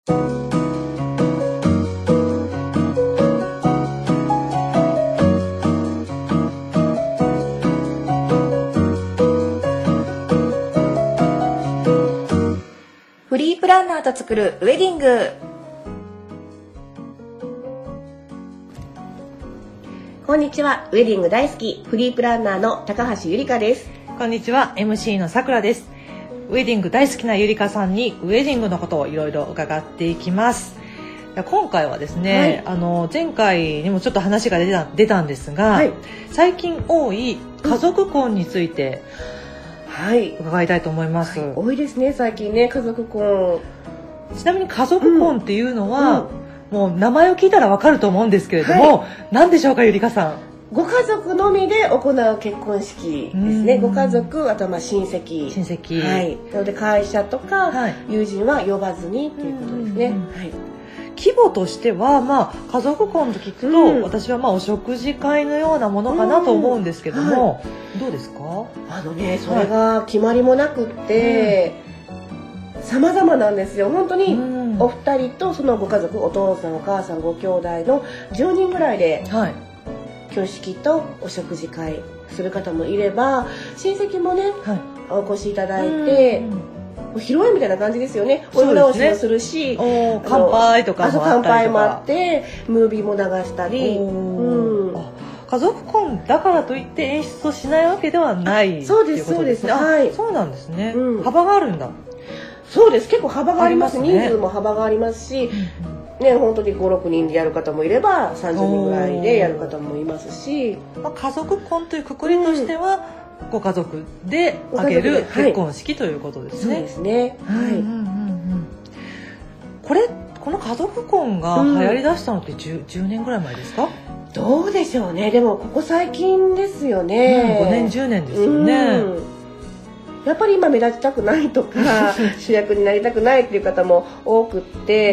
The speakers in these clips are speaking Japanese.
フリープランナーと作るウェディング。こんにちは。ウェディング大好きフリープランナーの高橋ゆりかです。 こんにちは。 MC のさくらです。ウェディング大好きなゆりかさんにウェディングのことをいろいろ伺っていきます。今回はですね、前回にもちょっと話が出たんですが、最近多い家族婚について伺いたいと思います。 多いですね、最近ね、家族婚。 ちなみに家族婚っていうのは、もう名前を聞いたらわかると思うんですけれども、何でしょうか、ゆりかさん。 ご家族のみで行う結婚式ですね。ご家族、あとは親戚。なので会社とか、友人は呼ばずにっていうことですね。 規模としては、家族婚と聞くと、私はお食事会のようなものかなと思うんですけども、どうですか？ それが決まりもなくって、様々なんですよ。本当にお二人とそのご家族、お父さんお母さんご兄弟の10人ぐらいで、挙式とお食事会する方もいれば、親戚もね、お越しいただいて、披露宴みたいな感じですよね。お祝い直しもするし、 乾杯とかもあったりとか、 乾杯もあってムービーも流したり。 家族婚だからといって演出をしないわけではないっていうことですね。そうですね。そうなんですね。幅があるんだ。 そうです。結構幅があります。人数も幅がありますし、本当に5、6人でやる方もいれば30人ぐらいでやる方もいますし、 家族婚という括りとしては、ご家族で挙げる結婚式ということですね。 そうですね。 この家族婚が流行りだしたのって10年ぐらい前ですか？ どうでしょうね。でもここ最近ですよね。 5年10年ですよね。 やっぱり今目立ちたくないとか主役になりたくないっていう方も多くって、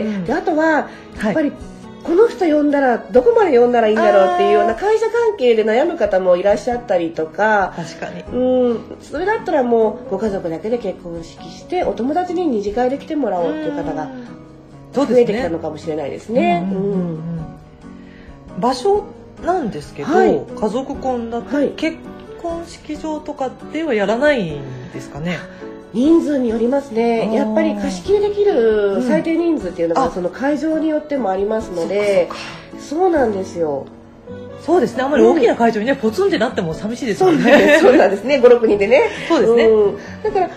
であとはやっぱりこの人呼んだらどこまで呼んだらいいんだろうっていうような会社関係で悩む方もいらっしゃったりとか。 確かに。 それだったらもうご家族だけで結婚式してお友達に二次会で来てもらおうっていう方が増えてきたのかもしれないですね。場所なんですけど、家族婚だと結婚式場とかではやらないんですかね？ 人数によりますね。やっぱり貸し切りできる最低人数っていうのがその会場によってもありますので、そうなんですよ。 そうですね。あまり大きな会場にね、ポツンってなっても寂しいですよね。 そうなんですね。5、6人でね。 そうですね。 だから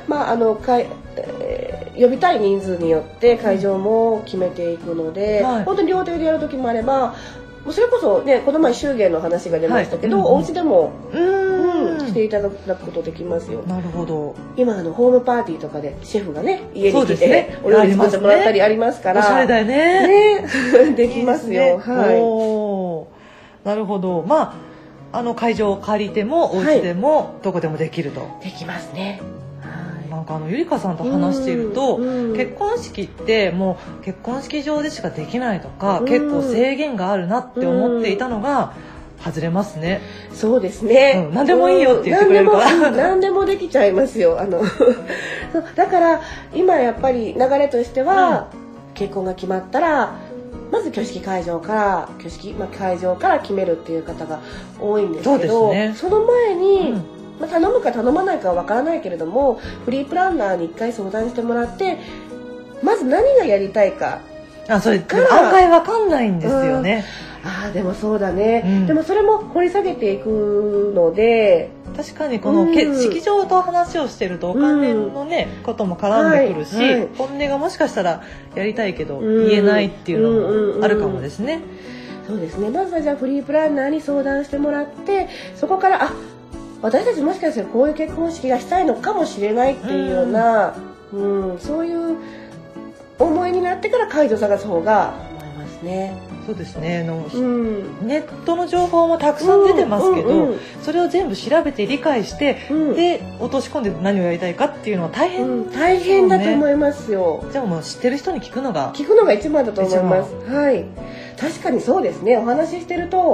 呼びたい人数によって会場も決めていくので、本当に料亭でやる時もあれば、それこそね、この前祝言の話が出ましたけど、お家でもしていただくことできますよ。 なるほど。 今ホームパーティーとかでシェフがね、家に来てお料理作ってもらったりありますから、 おしゃれだよね。 できますよ。 なるほど。会場を借りてもお家でもどこでもできると。 できますね。 なんかゆりかさんと話していると、結婚式ってもう結婚式場でしかできないとか、結構制限があるなって思っていたのが外れますね。 そうですね。 何でもいいよって言ってくれるから。 何でもできちゃいますよ。だから今やっぱり流れとしては、結婚が決まったらまず会場から決めるっていう方が多いんですけど、その前に、頼むか頼まないかはわからないけれども、フリープランナーに一回相談してもらって、まず何がやりたいか。 それ案外わかんないんですよね。 でもそうだね。でもそれも掘り下げていくので、 確かにこの式場と話をしてるとお金のね、ことも絡んでくるし、本音がもしかしたらやりたいけど言えないっていうのもあるかもですね。 そうですね。まずはじゃあフリープランナーに相談してもらって、そこから私たちもしかしたらこういう結婚式がしたいのかもしれないっていうような、そういう思いになってから会場探す方が思いますね。 そうですね。ネットの情報もたくさん出てますけど、それを全部調べて理解して、で落とし込んで何をやりたいかっていうのは大変だと思いますよ。 じゃあもう知ってる人に聞くのが一番だと思います。確かにそうですね。お話ししてると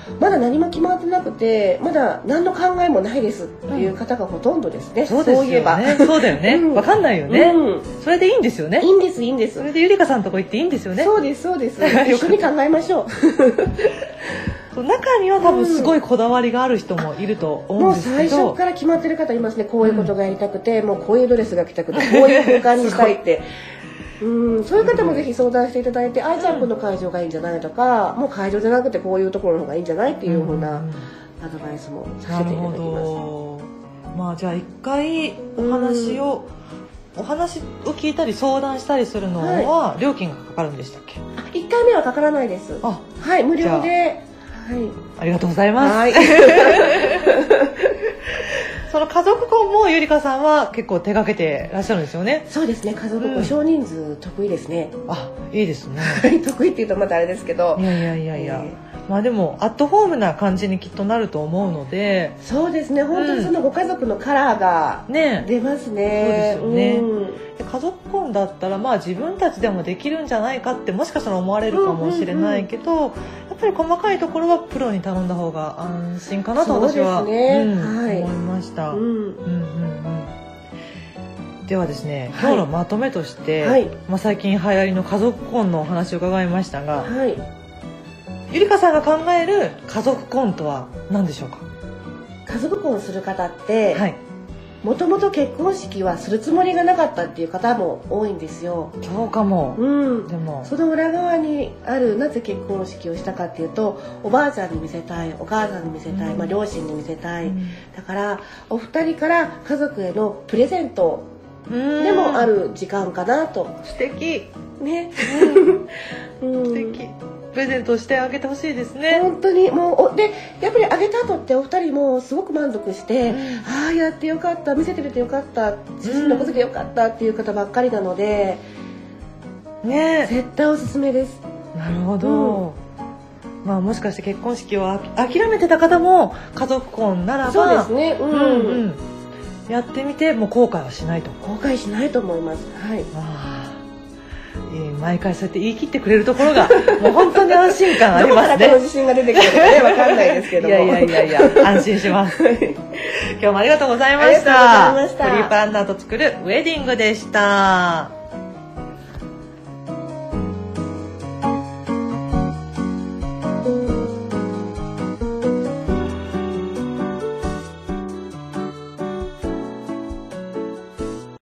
まだ何も決まってなくてまだ何の考えもないですっていう方がほとんどですね、 そうですよね。 そういえばそうだよね、わかんないよね、それでいいんですよね。 いいんですいいんです。 それでゆりかさんのとこ行っていいんですよね。 そうですそうです一緒に考えましょう中には多分すごいこだわりがある人もいると思うんですけど、 もう最初から決まってる方いますね。こういうことがやりたくて、もうこういうドレスが着たくてこういう空間にしたいってそういう方もぜひ相談していただいて、じゃあこの会場がいいんじゃないとか、もう会場じゃなくてこういうところの方がいいんじゃないっていうふうなアドバイスもさせていただきます。 じゃあ一回お話を聞いたり相談したりするのは料金がかかるんでしたっけ ？1回目はかからないです。はい、無料で。 ありがとうございます。その家族婚もゆりかさんは結構手掛けてらっしゃるんですよね。 そうですね、家族婚、少人数得意ですね。 いいですね。 得意って言うとまたあれですけど、 いや、でもアットホームな感じにきっとなると思うので。 そうですね、本当にそのご家族のカラーが出ますね。 そうですよね。家族婚だったら自分たちでもできるんじゃないかってもしかしたら思われるかもしれないけど、やっぱり細かいところはプロに頼んだ方が安心かなと私は、思いました。ではですね、今日のまとめとして、最近流行りの家族婚のお話を伺いましたが、ゆりかさんが考える家族婚とは何でしょうか？ 家族婚する方って、もともと結婚式はするつもりがなかったっていう方も多いんですよ。 そうかも。 でもその裏側にある、なぜ結婚式をしたかっていうと、おばあちゃんに見せたい、お母さんに見せたい、両親に見せたい、だからお二人から家族へのプレゼントでもある時間かなと。 素敵ね。 素敵。プレゼントしてあげてほしいですね。 本当にもうでやっぱりあげた後ってお二人もすごく満足して、やってよかった、見せてくれてよかった、写真残せてよかったっていう方ばっかりなので、絶対おすすめです。 なるほど。もしかして結婚式を諦めてた方も家族婚ならば、 そうですね。 やってみてもう後悔はしないと。 後悔しないと思います。 毎回そうやって言い切ってくれるところがもう本当に安心感ありますね。どこからこの自信が出てくるかね、わかんないですけども。 いや安心します。今日もありがとうございました。フリープランナーと作るウェディングでした。